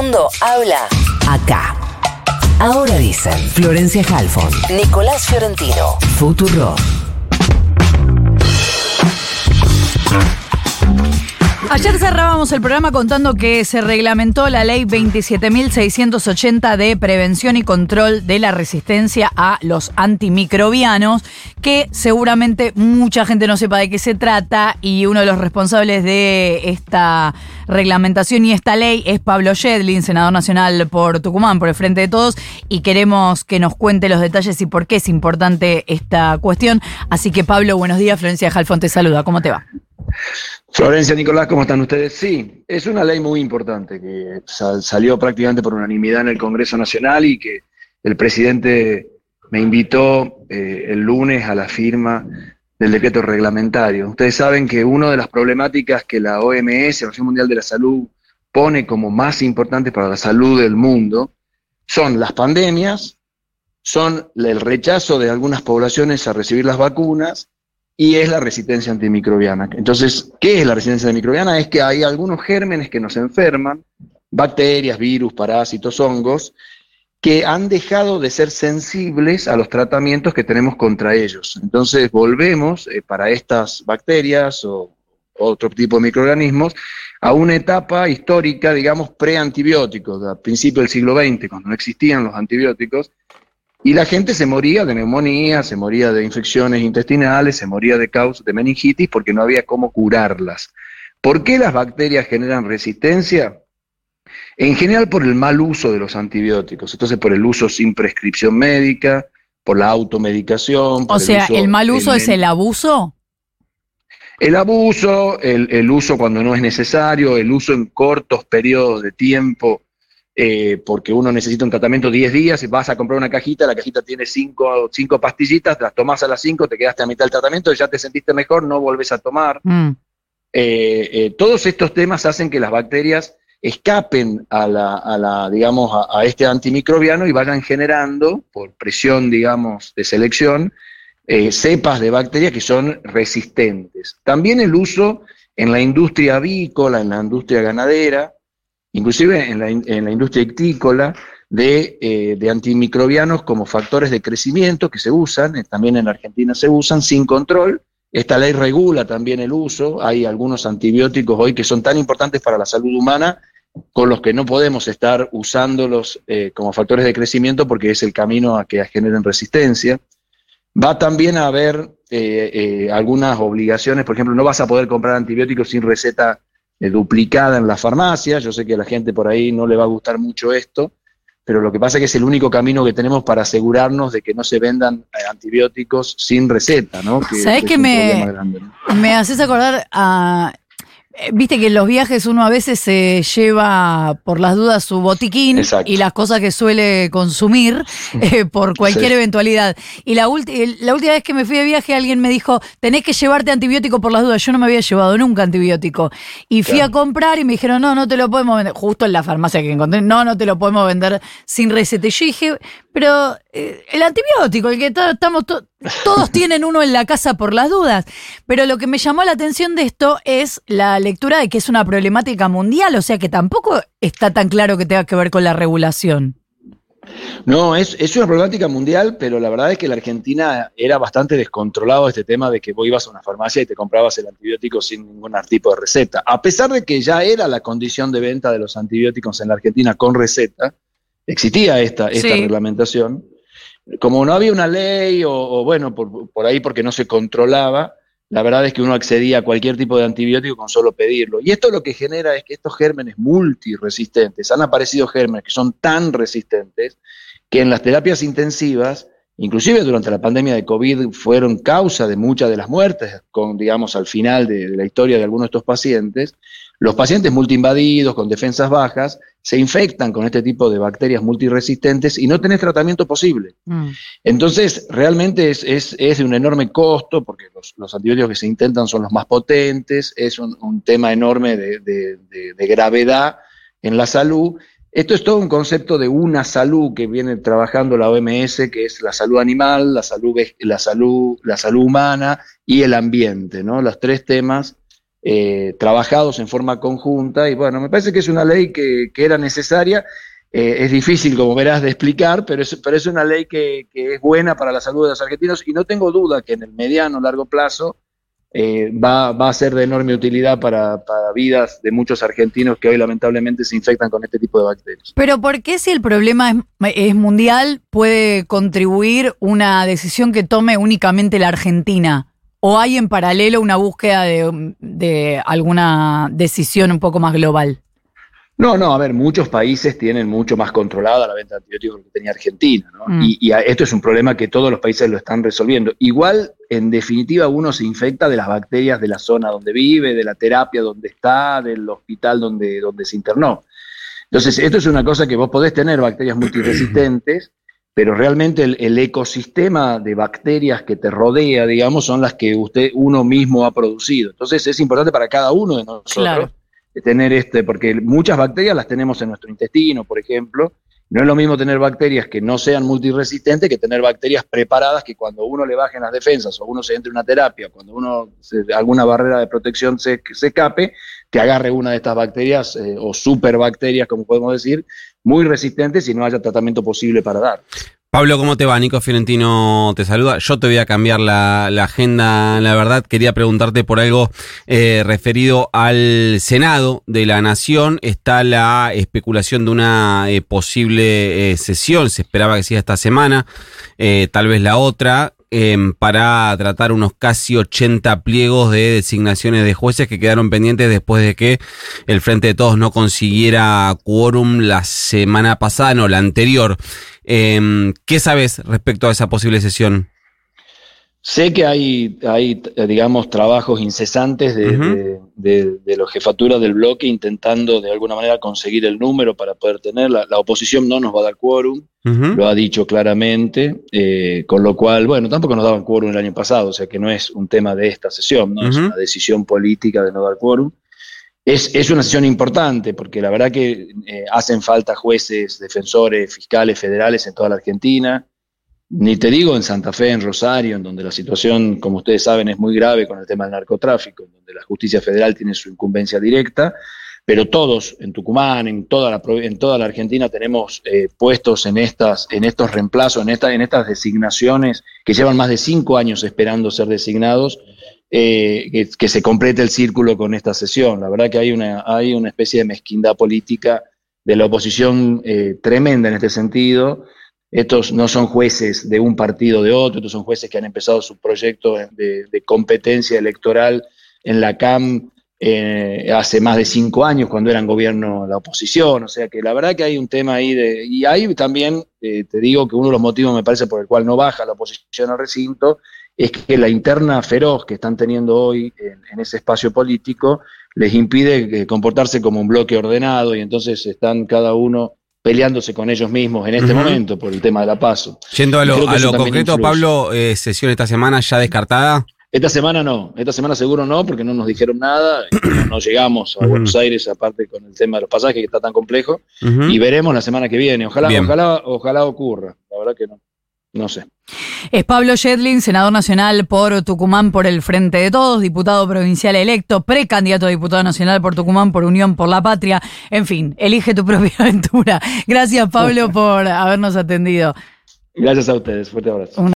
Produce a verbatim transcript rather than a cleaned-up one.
mundo habla acá. Ahora dicen Florencia Halfon, Nicolás Fiorentino, Futuro. Ayer cerrábamos el programa contando que se reglamentó la ley veintisiete mil seiscientos ochenta de prevención y control de la resistencia a los antimicrobianos, que seguramente mucha gente no sepa de qué se trata, y uno de los responsables de esta reglamentación y esta ley es Pablo Yedlin, senador nacional por Tucumán, por el Frente de Todos, y queremos que nos cuente los detalles y por qué es importante esta cuestión. Así que, Pablo, buenos días. Florencia Halfon te saluda. ¿Cómo te va? Florencia, Nicolás, ¿cómo están ustedes? Sí, es una ley muy importante que sal, salió prácticamente por unanimidad en el Congreso Nacional y que el presidente me invitó eh, el lunes a la firma del decreto reglamentario. Ustedes saben que una de las problemáticas que la O M S, la Organización Mundial de la Salud, pone como más importantes para la salud del mundo son las pandemias, son el rechazo de algunas poblaciones a recibir las vacunas, y es la resistencia antimicrobiana. Entonces, ¿qué es la resistencia antimicrobiana? Es que hay algunos gérmenes que nos enferman, bacterias, virus, parásitos, hongos, que han dejado de ser sensibles a los tratamientos que tenemos contra ellos. Entonces, volvemos eh, para estas bacterias o otro tipo de microorganismos a una etapa histórica, digamos, pre-antibióticos, a principios del siglo veinte, cuando no existían los antibióticos, y la gente se moría de neumonía, se moría de infecciones intestinales, se moría de causas de meningitis porque no había cómo curarlas. ¿Por qué las bacterias generan resistencia? En general por el mal uso de los antibióticos, entonces por el uso sin prescripción médica, por la automedicación. Por o sea, ¿el, ¿el mal uso el, es el abuso? El abuso, el, el uso cuando no es necesario, el uso en cortos periodos de tiempo, Eh, porque uno necesita un tratamiento diez días y vas a comprar una cajita, la cajita tiene cinco, cinco pastillitas, las tomás a las cinco, te quedaste a mitad del tratamiento, ya te sentiste mejor, no volvés a tomar. Mm. Eh, eh, todos estos temas hacen que las bacterias escapen a la, a la digamos, a, a este antimicrobiano y vayan generando, por presión, digamos, de selección, eh, cepas de bacterias que son resistentes. También el uso en la industria avícola, en la industria ganadera, inclusive en la, en la industria ictícola, de, eh, de antimicrobianos como factores de crecimiento que se usan, eh, también en Argentina se usan, sin control. Esta ley regula también el uso. Hay algunos antibióticos hoy que son tan importantes para la salud humana, con los que no podemos estar usándolos eh, como factores de crecimiento porque es el camino a que generen resistencia. Va también a haber eh, eh, algunas obligaciones, por ejemplo, no vas a poder comprar antibióticos sin receta duplicada en la farmacia. Yo sé que a la gente por ahí no le va a gustar mucho esto, pero lo que pasa es que es el único camino que tenemos para asegurarnos de que no se vendan antibióticos sin receta, ¿no? Que ¿sabés que me, grande, ¿no? me haces acordar a... Viste que en los viajes uno a veces se lleva por las dudas su botiquín. Exacto. Y las cosas que suele consumir eh, por cualquier sí. eventualidad. Y la, ulti- la última vez que me fui de viaje alguien me dijo, tenés que llevarte antibiótico por las dudas. Yo no me había llevado nunca antibiótico. Y fui claro. a comprar y me dijeron, no, no te lo podemos vender. Justo en la farmacia que encontré, no, no te lo podemos vender sin receta. Y yo dije, pero eh, el antibiótico, el que to- estamos to- todos tienen uno en la casa por las dudas. Pero lo que me llamó la atención de esto es la lectura de que es una problemática mundial, o sea que tampoco está tan claro que tenga que ver con la regulación. No, es, es una problemática mundial, pero la verdad es que la Argentina era bastante descontrolado este tema de que vos ibas a una farmacia y te comprabas el antibiótico sin ningún tipo de receta. A pesar de que ya era la condición de venta de los antibióticos en la Argentina con receta, existía esta, esta sí. reglamentación. Como no había una ley, o, o bueno, por, por ahí porque no se controlaba, la verdad es que uno accedía a cualquier tipo de antibiótico con solo pedirlo. Y esto lo que genera es que estos gérmenes multiresistentes, han aparecido gérmenes que son tan resistentes que en las terapias intensivas, inclusive durante la pandemia de COVID, fueron causa de muchas de las muertes, con, digamos, al final de, de la historia de algunos de estos pacientes. Los pacientes multiinvadidos, con defensas bajas, se infectan con este tipo de bacterias multiresistentes y no tenés tratamiento posible. Mm. Entonces, realmente es, es, es de un enorme costo, porque los, los antibióticos que se intentan son los más potentes, es un, un tema enorme de, de, de, de gravedad en la salud. Esto es todo un concepto de una salud que viene trabajando la O M S, que es la salud animal, la salud, la salud, la salud humana y el ambiente, ¿no? Los tres temas eh, trabajados en forma conjunta, y bueno, me parece que es una ley que, que era necesaria. Eh, es difícil, como verás, de explicar, pero es, pero es una ley que, que es buena para la salud de los argentinos, y no tengo duda que en el mediano o largo plazo eh, va, va a ser de enorme utilidad para, para vidas de muchos argentinos que hoy lamentablemente se infectan con este tipo de bacterias. Pero ¿por qué, si el problema es, es mundial, puede contribuir una decisión que tome únicamente la Argentina? ¿O hay en paralelo una búsqueda de, de alguna decisión un poco más global? No, no, a ver, muchos países tienen mucho más controlada la venta de antibióticos que tenía Argentina, ¿no? Mm. Y, y esto es un problema que todos los países lo están resolviendo. Igual, en definitiva, uno se infecta de las bacterias de la zona donde vive, de la terapia donde está, del hospital donde, donde se internó. Entonces, esto es una cosa que vos podés tener bacterias multiresistentes, pero realmente el, el ecosistema de bacterias que te rodea, digamos, son las que usted uno mismo ha producido. Entonces, es importante para cada uno de nosotros. Claro. Tener este, porque muchas bacterias las tenemos en nuestro intestino, por ejemplo. No es lo mismo tener bacterias que no sean multiresistentes que tener bacterias preparadas que cuando uno le bajen las defensas o uno se entre en una terapia, cuando uno se, alguna barrera de protección se, se escape, te agarre una de estas bacterias eh, o superbacterias, como podemos decir, muy resistentes y no haya tratamiento posible para dar. Pablo, ¿cómo te va? Nico Fiorentino te saluda. Yo te voy a cambiar la, la agenda, la verdad. Quería preguntarte por algo eh, referido al Senado de la Nación. Está la especulación de una eh, posible eh, sesión, se esperaba que sea esta semana, eh, tal vez la otra, eh, para tratar unos casi ochenta pliegos de designaciones de jueces que quedaron pendientes después de que el Frente de Todos no consiguiera quórum la semana pasada, no, la anterior. Eh, ¿Qué sabes respecto a esa posible sesión? Sé que hay, hay digamos, trabajos incesantes de, uh-huh. de, de, de la jefatura del bloque intentando de alguna manera conseguir el número para poder tener. La, la oposición no nos va a dar quórum, uh-huh. lo ha dicho claramente, eh, con lo cual, bueno, tampoco nos daban quórum el año pasado, o sea que no es un tema de esta sesión, ¿no? Uh-huh. Es una decisión política de no dar quórum. Es, es una sesión importante porque la verdad que eh, hacen falta jueces, defensores, fiscales federales en toda la Argentina. Ni te digo en Santa Fe, en Rosario, en donde la situación, como ustedes saben, es muy grave con el tema del narcotráfico, donde la justicia federal tiene su incumbencia directa, pero todos en Tucumán, en toda la, en toda la Argentina tenemos eh, puestos en, estas, en estos reemplazos, en, esta, en estas designaciones que llevan más de cinco años esperando ser designados. Eh, que, que se complete el círculo con esta sesión. La verdad que hay una, hay una especie de mezquindad política de la oposición eh, tremenda en este sentido. Estos no son jueces de un partido o de otro, estos son jueces que han empezado su proyecto de, de competencia electoral en la C A M eh, hace más de cinco años, cuando eran gobierno la oposición. O sea que la verdad que hay un tema ahí de... Y ahí también, eh, te digo que uno de los motivos, me parece, por el cual no baja la oposición al recinto, es que la interna feroz que están teniendo hoy en, en ese espacio político les impide eh, comportarse como un bloque ordenado, y entonces están cada uno peleándose con ellos mismos en este uh-huh. momento por el tema de la PASO. Yendo a lo, a lo concreto, influye. Pablo, eh, ¿sesión esta semana ya descartada? Esta semana no, esta semana seguro no, porque no nos dijeron nada, no, no llegamos a uh-huh. Buenos Aires, aparte con el tema de los pasajes que está tan complejo, uh-huh. y veremos la semana que viene. Ojalá, ojalá, ojalá ocurra, la verdad que no. No sé. Es Pablo Yedlin, senador nacional por Tucumán por el Frente de Todos, diputado provincial electo, precandidato a diputado nacional por Tucumán por Unión por la Patria. En fin, elige tu propia aventura. Gracias, Pablo, por habernos atendido. Gracias a ustedes. Fuerte abrazo.